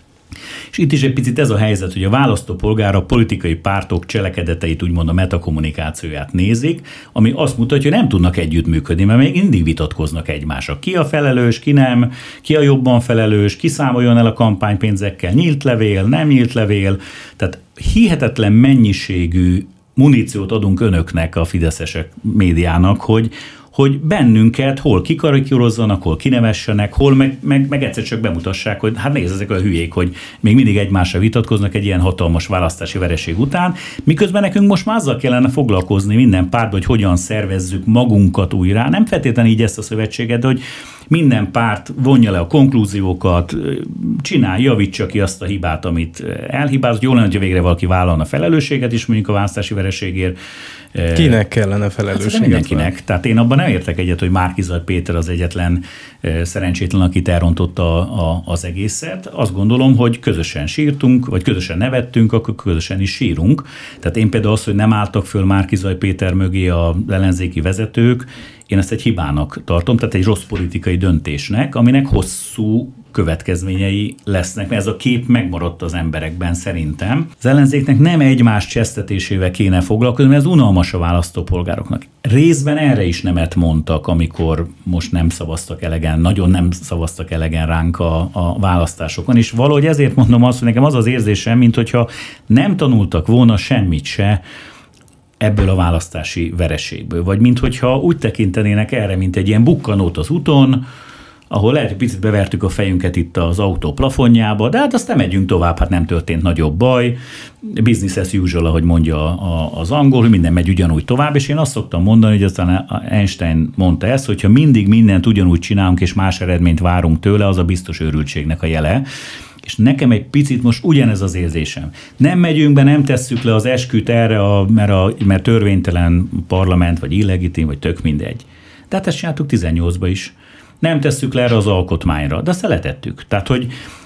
És itt is egy picit ez a helyzet, hogy a választópolgár a politikai pártok cselekedeteit, úgymond a metakommunikációját nézik, ami azt mutatja, hogy nem tudnak együttműködni, mert még mindig vitatkoznak egymással. Ki a felelős, ki nem, ki a jobban felelős, ki számoljon el a kampánypénzekkel, nyílt levél, nem nyílt levél. Tehát hihetetlen mennyiségű muníciót adunk önöknek, a fideszesek médiának, hogy bennünket hol kikarikírozzanak, hol kinevessenek, hol meg egyszer csak bemutassák, hogy hát nézd, ezek a hülyék, hogy még mindig egymással vitatkoznak egy ilyen hatalmas választási vereség után, miközben nekünk most már azzal kellene foglalkozni minden pártban, hogy hogyan szervezzük magunkat újra. Nem feltétlenül így ezt a szövetséget, de hogy minden párt vonja le a konklúziókat, javítsa ki azt a hibát, amit elhibázott. Jó lenne, hogyha végre valaki vállalna felelősséget is mondjuk a választási vereségért. Kinek kellene felelősséget? Hát mindenkinek. Tehát én abban nem értek egyet, hogy Márki-Zay Péter az egyetlen szerencsétlen, akit elrontotta az egészet. Azt gondolom, hogy közösen sírtunk, vagy közösen nevettünk, akkor közösen is sírunk. Tehát én például az, hogy nem álltak föl Márki-Zay Péter mögé az ellenzéki vezetők, én ezt egy hibának tartom, tehát egy rossz politikai döntésnek, aminek hosszú következményei lesznek, mert ez a kép megmaradt az emberekben szerintem. Az ellenzéknek nem egymás csesztetésével kéne foglalkozni, mert ez unalmas a választópolgároknak. Részben erre is nemet mondtak, amikor most nem szavaztak elegen, nagyon nem szavaztak elegen ránk a választásokon, és valahogy ezért mondom azt, hogy nekem az az érzésem, minthogyha nem tanultak volna semmit se ebből a választási vereségből, vagy minthogyha úgy tekintenének erre, mint egy ilyen bukkanót az úton, ahol lehet, hogy picit bevertük a fejünket itt az autó plafonjába, de hát aztán megyünk tovább, hát nem történt nagyobb baj, business as usual, ahogy mondja az angol, hogy minden megy ugyanúgy tovább, és én azt szoktam mondani, hogy aztán Einstein mondta ezt, hogyha mindig mindent ugyanúgy csinálunk, és más eredményt várunk tőle, az a biztos őrültségnek a jele. És nekem egy picit most ugyanez az érzésem. Nem megyünk be, nem tesszük le az esküt erre, mert törvénytelen parlament, vagy illegitim, vagy tök mindegy. De hát ezt csináltuk 18-ba is. Nem tesszük le erre az alkotmányra, de azt letettük. Tehát, hogy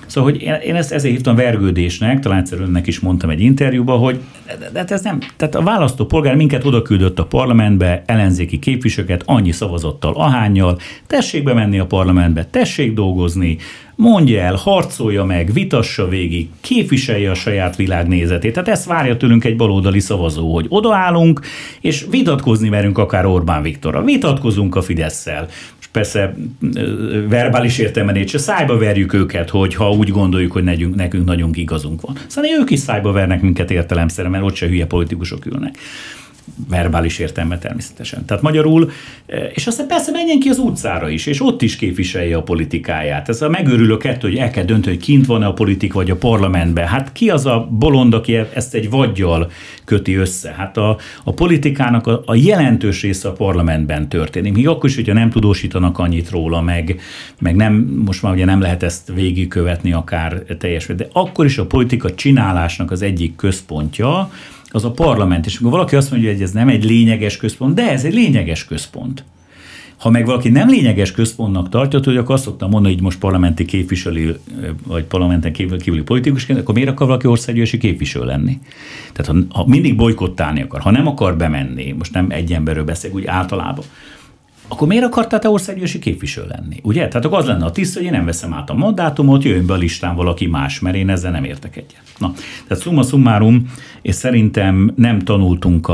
én ezt ezért hívtam vergődésnek, talán egyszer önnek is mondtam egy interjúban, hogy de ez nem, tehát a választópolgár minket odaküldött a parlamentbe, ellenzéki képviselőket annyi szavazattal, ahánnyal, tessék bemenni a parlamentbe, tessék dolgozni, mondja el, harcolja meg, vitassa végig, képviselje a saját világnézetét. Tehát ezt várja tőlünk egy baloldali szavazó, hogy odaállunk, és vitatkozni merünk akár Orbán Viktorral, vitatkozunk a Fidesszel. Persze verbális értelemben se szájba verjük őket, hogyha úgy gondoljuk, hogy nekünk nagyon igazunk van. Szóval ők is szájba vernek minket értelemszerűen, mert ott se hülye politikusok ülnek. Verbális értelemben természetesen. Tehát magyarul, és aztán persze menjen ki az utcára is, és ott is képviselje a politikáját. Ez a megőrülő kettő, hogy el kell dönteni, hogy kint van-e a politika, vagy a parlamentben. Hát ki az a bolond, aki ezt egy vaggyal köti össze? Hát a politikának a jelentős része a parlamentben történik. Még akkor is, hogyha nem tudósítanak annyit róla, meg nem, most már ugye nem lehet ezt végigkövetni akár teljes, de akkor is a politika csinálásnak az egyik központja az a parlament. És akkor valaki azt mondja, hogy ez nem egy lényeges központ, de ez egy lényeges központ. Ha meg valaki nem lényeges központnak tartja, hogy akkor azt szoktam mondani, hogy most parlamenti képviselő, vagy parlamenten kívüli politikusként, akkor miért akar valaki országgyűlési képviselő lenni? Tehát ha mindig bojkottálni akar, ha nem akar bemenni, most nem egy emberről beszélek, úgy általában, akkor miért akartál te országgyűlési képviselő lenni? Ugye? Tehát akkor az lenne a tiszta, hogy én nem veszem át a mandátumot, jöjjön be a listán valaki más, mert én ezzel nem értek egyet. Na, tehát summa summarum, és szerintem nem tanultunk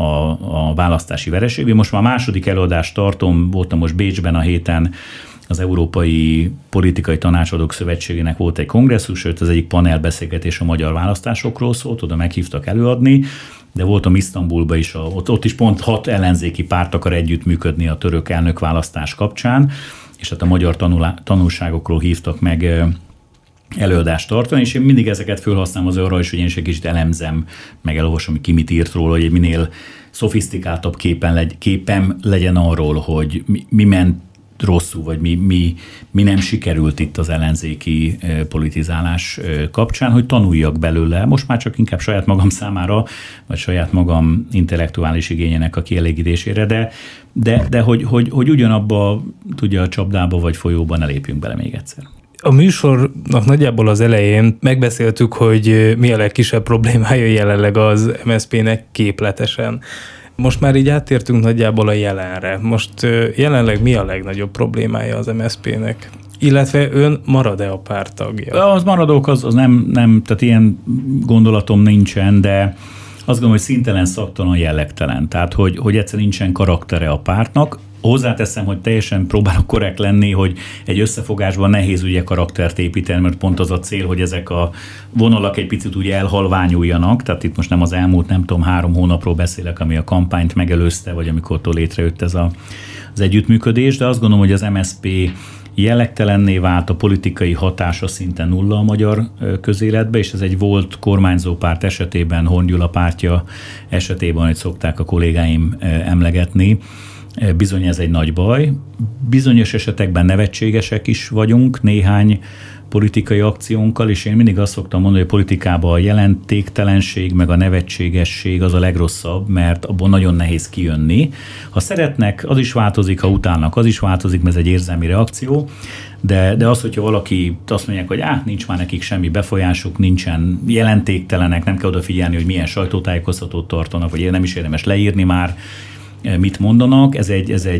a választási vereségből. Most már második előadást tartom, voltam most Bécsben a héten, az Európai Politikai Tanácsadók Szövetségének volt egy kongresszus, sőt az egyik panelbeszélgetés a magyar választásokról szólt, oda meghívtak előadni, de voltam Isztambulban is, ott is pont 6 ellenzéki párt akar együttműködni a török elnökválasztás kapcsán, és hát a magyar tanulságokról hívtak meg előadást tartani, és én mindig ezeket fölhasználom az arra is, hogy én is egy kicsit elemzem, meg elolvasom, hogy ki mit írt róla, hogy egy minél szofisztikáltabb képem legyen arról, hogy mi ment rosszul, vagy mi nem sikerült itt az ellenzéki politizálás kapcsán, hogy tanuljak belőle, most már csak inkább saját magam számára, vagy saját magam intellektuális igényének a kielégítésére, de hogy ugyanabba tudja a csapdába vagy folyóba ne lépjünk bele még egyszer. A műsornak nagyjából az elején megbeszéltük, hogy mi a legkisebb problémája jelenleg az MSZP-nek képletesen. Most már így áttértünk nagyjából a jelenre. Most jelenleg mi a legnagyobb problémája az MSZP-nek? Illetve ön marad-e a párt tagja? Az maradok, az nem, tehát ilyen gondolatom nincsen, de azt gondolom, hogy színtelen, szaktalan, jellegtelen. Tehát, hogy egyszer nincsen karaktere a pártnak. Hozzáteszem, hogy teljesen próbálok korrekt lenni, hogy egy összefogásban nehéz ugye karaktert építeni, mert pont az a cél, hogy ezek a vonalak egy picit úgy elhalványuljanak, tehát itt most nem az elmúlt, 3 hónapról beszélek, ami a kampányt megelőzte, vagy amikor létrejött ez az együttműködés, de azt gondolom, hogy az MSZP jellegtelenné vált, a politikai hatása szinte nulla a magyar közéletbe, és ez egy volt kormányzó párt esetében, Horn Gyula pártja esetében, hogy szokták a kollégáim emlegetni, bizony ez egy nagy baj. Bizonyos esetekben nevetségesek is vagyunk néhány politikai akciónkkal, és én mindig azt szoktam mondani, hogy a politikában a jelentéktelenség meg a nevetségesség az a legrosszabb, mert abból nagyon nehéz kijönni. Ha szeretnek, az is változik, ha utálnak, az is változik, mert ez egy érzelmi reakció, de az, hogyha valaki azt mondják, hogy nincs már nekik semmi befolyásuk, nincsen jelentéktelenek, nem kell odafigyelni, hogy milyen sajtótájékoztatót tartanak, vagy nem is érdemes leírni már, mit mondanak, ez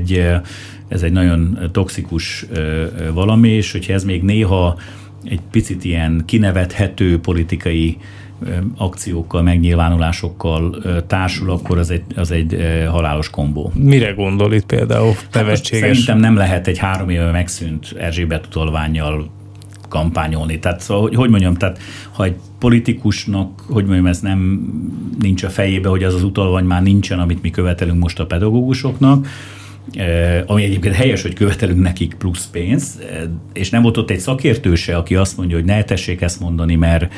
egy nagyon toxikus valami, és hogyha ez még néha egy picit ilyen kinevethető politikai akciókkal, megnyilvánulásokkal társul, akkor az egy halálos kombó. Mire gondol itt például nevetséges? Szerintem nem lehet egy 3 éve megszűnt Erzsébet utalvánnyal kampányolni. Tehát hogy mondjam, tehát ha egy politikusnak, ez nincs a fejébe, hogy az az utalvány már nincsen, amit mi követelünk most a pedagógusoknak, ami egyébként helyes, hogy követelünk nekik plusz pénzt, és nem volt ott egy szakértő se, aki azt mondja, hogy ne tessék ezt mondani,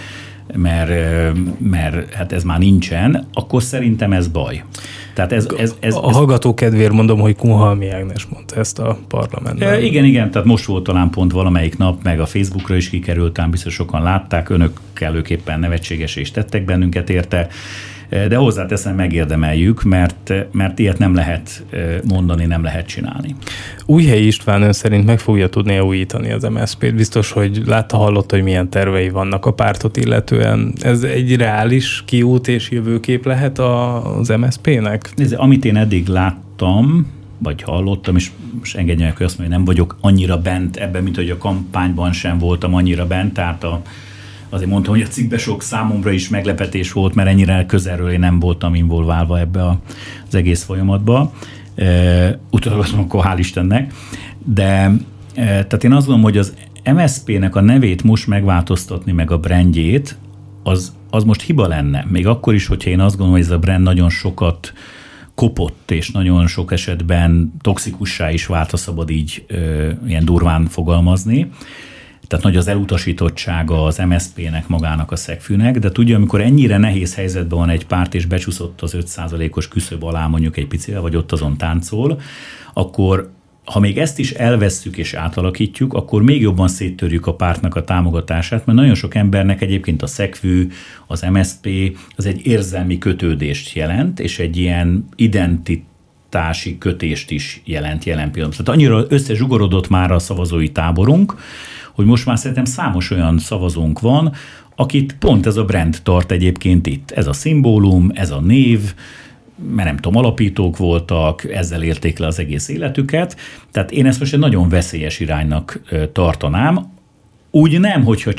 mert hát ez már nincsen, akkor szerintem ez baj. Tehát ez a hallgató kedvéért mondom, hogy Kunhalmi Ágnes mondta ezt a parlamentben. Igen, tehát most volt talán pont valamelyik nap, meg a Facebookra is kikerült, talán biztos sokan látták, önök kellőképpen nevetséges és tettek bennünket érte, de hozzáteszem, megérdemeljük, mert ilyet nem lehet mondani, nem lehet csinálni. Újhelyi István ön szerint meg fogja tudni újítani az MSZP-t? Biztos, hogy hallotta, hogy milyen tervei vannak a pártot illetően. Ez egy reális kiút és jövőkép lehet az MSZP-nek? Nézd, amit én eddig láttam, vagy hallottam, és most engedje meg, hogy azt mondja, hogy nem vagyok annyira bent ebben, mint hogy a kampányban sem voltam annyira bent, tehát azért mondtam, hogy a cikkben sok számomra is meglepetés volt, mert ennyire közelről én nem voltam involválva ebbe az egész folyamatba. Utólag azt mondom, akkor hál' Istennek. De tehát én azt gondolom, hogy az MSZP-nek a nevét most megváltoztatni, meg a brandjét, az most hiba lenne. Még akkor is, hogyha én azt gondolom, hogy ez a brand nagyon sokat kopott, és nagyon sok esetben toxikussá is vált, ha szabad így ilyen durván fogalmazni. Tehát nagy az elutasítottsága az MSZP-nek, magának a szegfűnek, de tudja, amikor ennyire nehéz helyzetben van egy párt, és becsúszott az 5%-os küszöb alá mondjuk egy picivel, vagy ott azon táncol, akkor ha még ezt is elvesszük és átalakítjuk, akkor még jobban széttörjük a pártnak a támogatását, mert nagyon sok embernek egyébként a szegfű, az MSZP, az egy érzelmi kötődést jelent, és egy ilyen identitási kötést is jelent jelen pillanatban. Tehát annyira összezsugorodott már a szavazói táborunk, hogy most már szerintem számos olyan szavazónk van, akit pont ez a brand tart egyébként itt. Ez a szimbólum, ez a név, mert nem tudom, alapítók voltak, ezzel érték le az egész életüket. Tehát én ezt most egy nagyon veszélyes iránynak tartanám. Úgy nem, hogyha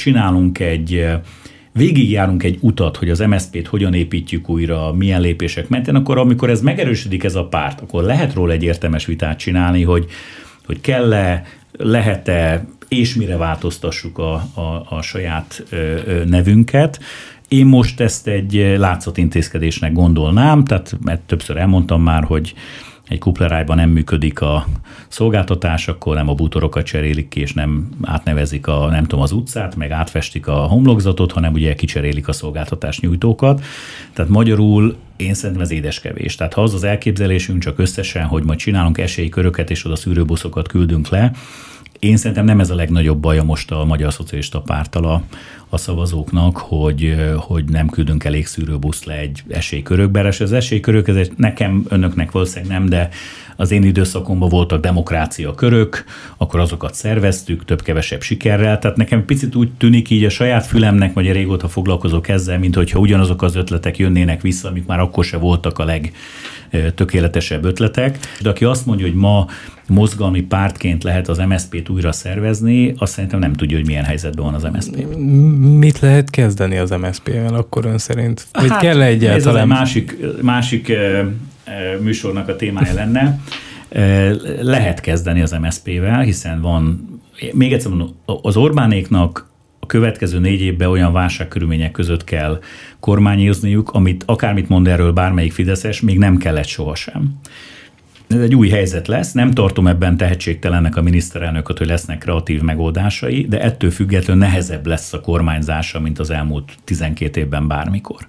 végigjárunk egy utat, hogy az MSZP-t hogyan építjük újra, milyen lépések mentén, akkor amikor ez megerősödik ez a párt, akkor lehet róla egy értelmes vitát csinálni, hogy kell-e, lehet-e, és mire változtassuk a saját nevünket. Én most ezt egy látszatintézkedésnek gondolnám, tehát mert többször elmondtam már, hogy egy kuplerájban nem működik a szolgáltatás, akkor nem a bútorokat cserélik ki, és nem átnevezik az utcát, meg átfestik a homlokzatot, hanem ugye kicserélik a szolgáltatás nyújtókat. Tehát magyarul én szerintem ez édeskevés. Tehát ha az elképzelésünk csak összesen, hogy majd csinálunk esélyköröket, és oda szűrőbuszokat küldünk le, én szerintem nem ez a legnagyobb baja most a Magyar Szocialista Párttal a szavazóknak, hogy nem küldünk elég szűrőbuszt le egy esélykörökbe. És az esélykörök, ez nekem, önöknek valószínűleg nem, de az én időszakomban voltak demokrácia körök, akkor azokat szerveztük, több-kevesebb sikerrel. Tehát nekem picit úgy tűnik így a saját fülemnek, vagy régóta foglalkozok ezzel, mint hogyha ugyanazok az ötletek jönnének vissza, amik már akkor se voltak a legtökéletesebb ötletek. De aki azt mondja, hogy ma mozgalmi pártként lehet az MSZP-t újra szervezni, azt szerintem nem tudja, hogy milyen helyzetben van az MSZP. Mit lehet kezdeni az MSZP-vel akkor ön szerint? Vagy kell egyáltalán? Ez a másik műsornak a témája lenne. Lehet kezdeni az MSZP-vel, hiszen van, még egyszer mondom, az Orbánéknak a következő 4 évben olyan válságkörülmények között kell kormányozniuk, amit akármit mond erről bármelyik fideszes, még nem kellett sohasem. Ez egy új helyzet lesz, nem tartom ebben tehetségtelennek a miniszterelnököt, hogy lesznek kreatív megoldásai, de ettől függetlenül nehezebb lesz a kormányzása, mint az elmúlt 12 évben bármikor.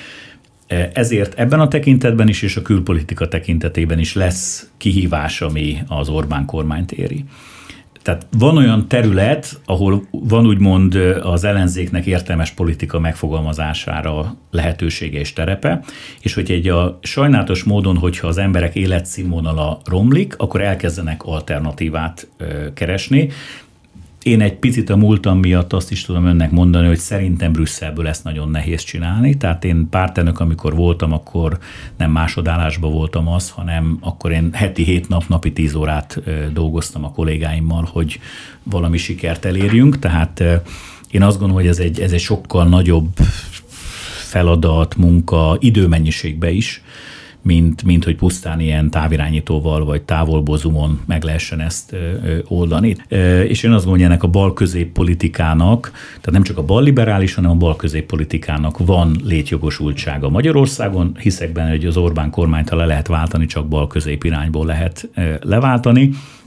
Ezért ebben a tekintetben is, és a külpolitika tekintetében is lesz kihívás, ami az Orbán kormányt éri. Tehát van olyan terület, ahol van úgymond az ellenzéknek értelmes politika megfogalmazására lehetősége és terepe, és hogy sajnálatos módon, hogyha az emberek életszínvonala romlik, akkor elkezdenek alternatívát keresni. Én egy picit a múltam miatt azt is tudom önnek mondani, hogy szerintem Brüsszelből ezt nagyon nehéz csinálni. Tehát én pártelnök, amikor voltam, akkor nem másodállásban voltam hanem akkor én heti 7 nap, napi 10 órát dolgoztam a kollégáimmal, hogy valami sikert elérjünk. Tehát én azt gondolom, hogy ez egy sokkal nagyobb feladat, munka, időmennyiségbe is, mint hogy pusztán ilyen távirányítóval vagy távolból zoomon meg lehessen ezt oldani. És én azt gondolom, hogy ennek a bal-közép politikának, tehát nem csak a balliberális, hanem a bal-közép politikának van létjogosultsága Magyarországon. Hiszek benne, hogy az Orbán kormányt, ha le lehet váltani, csak bal-közép irányból lehet leváltani.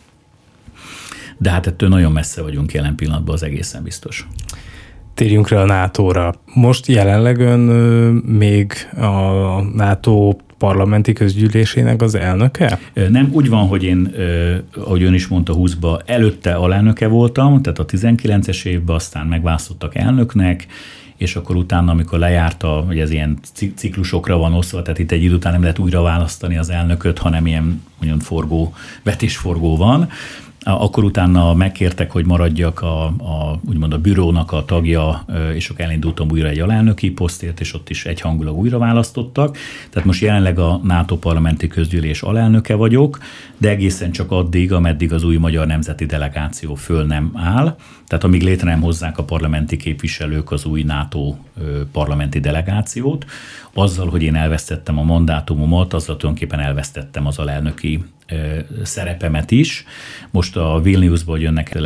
De hát ettől nagyon messze vagyunk jelen pillanatban, az egészen biztos. Térjünk rá a NATO-ra. Most jelenleg ön még a NATO parlamenti közgyűlésének az elnöke? Nem, úgy van, hogy én, ahogy ön is mondta, 20-ban előtte alelnöke voltam, tehát a 19-es évben, aztán megválasztottak elnöknek, és akkor utána, amikor lejárta, hogy ez ilyen ciklusokra van osztva, tehát itt egy idő után nem lehet újra választani az elnököt, hanem ilyen vetésforgó van. Akkor utána megkértek, hogy maradjak úgymond a bürónak a tagja, és akkor elindultam újra egy alelnöki posztért, és ott is egyhangulag újra választottak. Tehát most jelenleg a NATO parlamenti közgyűlés alelnöke vagyok, de egészen csak addig, ameddig az új magyar nemzeti delegáció föl nem áll. Tehát amíg létre nem hozzák a parlamenti képviselők az új NATO parlamenti delegációt, azzal, hogy én elvesztettem a mandátumomat, azzal tulajdonképpen elvesztettem az alelnöki szerepemet is. Most a Vilniusból jönnek,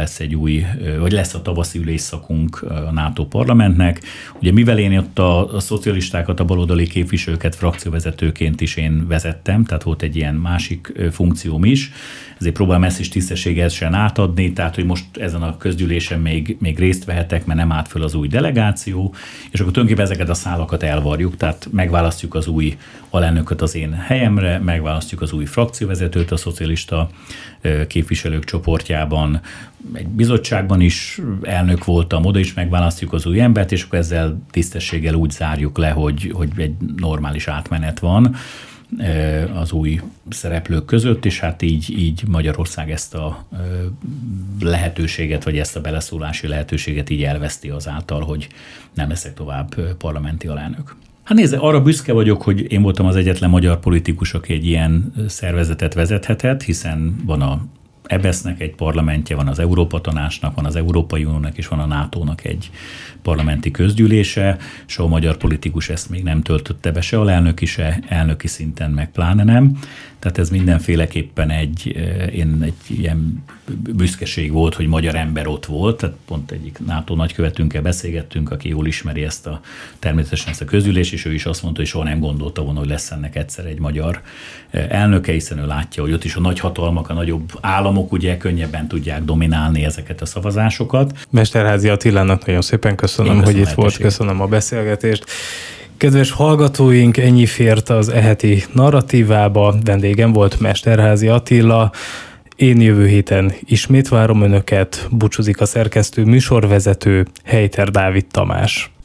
lesz a tavaszi ülésszakunk a NATO parlamentnek. Ugye mivel én ott a szocialistákat, a baloldali képviselőket frakcióvezetőként is én vezettem, tehát volt egy ilyen másik funkcióm is, ezért próbálom ezt is tisztességesen átadni, tehát hogy most ezen a közgyűlésen még részt vehetek, mert nem állt föl az új delegáció, és akkor tulajdonképpen ezeket a szálakat elvarjuk, tehát megválasztjuk az új alelnököt az én helyemre, megválasztjuk az új frakcióvezetőt a szocialista képviselők csoportjában, egy bizottságban is elnök voltam, oda is megválasztjuk az új embert, és akkor ezzel tisztességgel úgy zárjuk le, hogy egy normális átmenet van az új szereplők között, és hát így Magyarország ezt a lehetőséget, vagy ezt a beleszólási lehetőséget így elveszti azáltal, hogy nem leszek tovább parlamenti alelnök. Hát nézd, arra büszke vagyok, hogy én voltam az egyetlen magyar politikus, aki egy ilyen szervezetet vezethetett, hiszen van a EBESZ-nek egy parlamentje, van az Európa Tanácsnak, van az Európai Uniónak, és van a NATO-nak egy parlamenti közgyűlése. Soha magyar politikus ezt még nem töltötte be, se alelnöki, se elnöki szinten, meg pláne nem. Tehát ez mindenféleképpen egy ilyen büszkeség volt, hogy magyar ember ott volt. Tehát pont egyik NATO nagykövetünkkel beszélgettünk, aki jól ismeri természetesen ezt a közgyűlést, és ő is azt mondta, hogy soha nem gondolta volna, hogy lesz ennek egyszer egy magyar elnöke, hiszen ő látja, hogy ott is a nagy hatalmak, a nagyobb államok ugye könnyebben tudják dominálni ezeket a szavazásokat. Mesterházy Attilának nagyon szépen köszönöm, hogy itt volt, köszönöm a beszélgetést. Kedves hallgatóink, ennyi fért az eheti narratívába. Vendégem volt Mesterházy Attila. Én jövő héten ismét várom Önöket. Búcsúzik a szerkesztő, műsorvezető Helyter Dávid Tamás.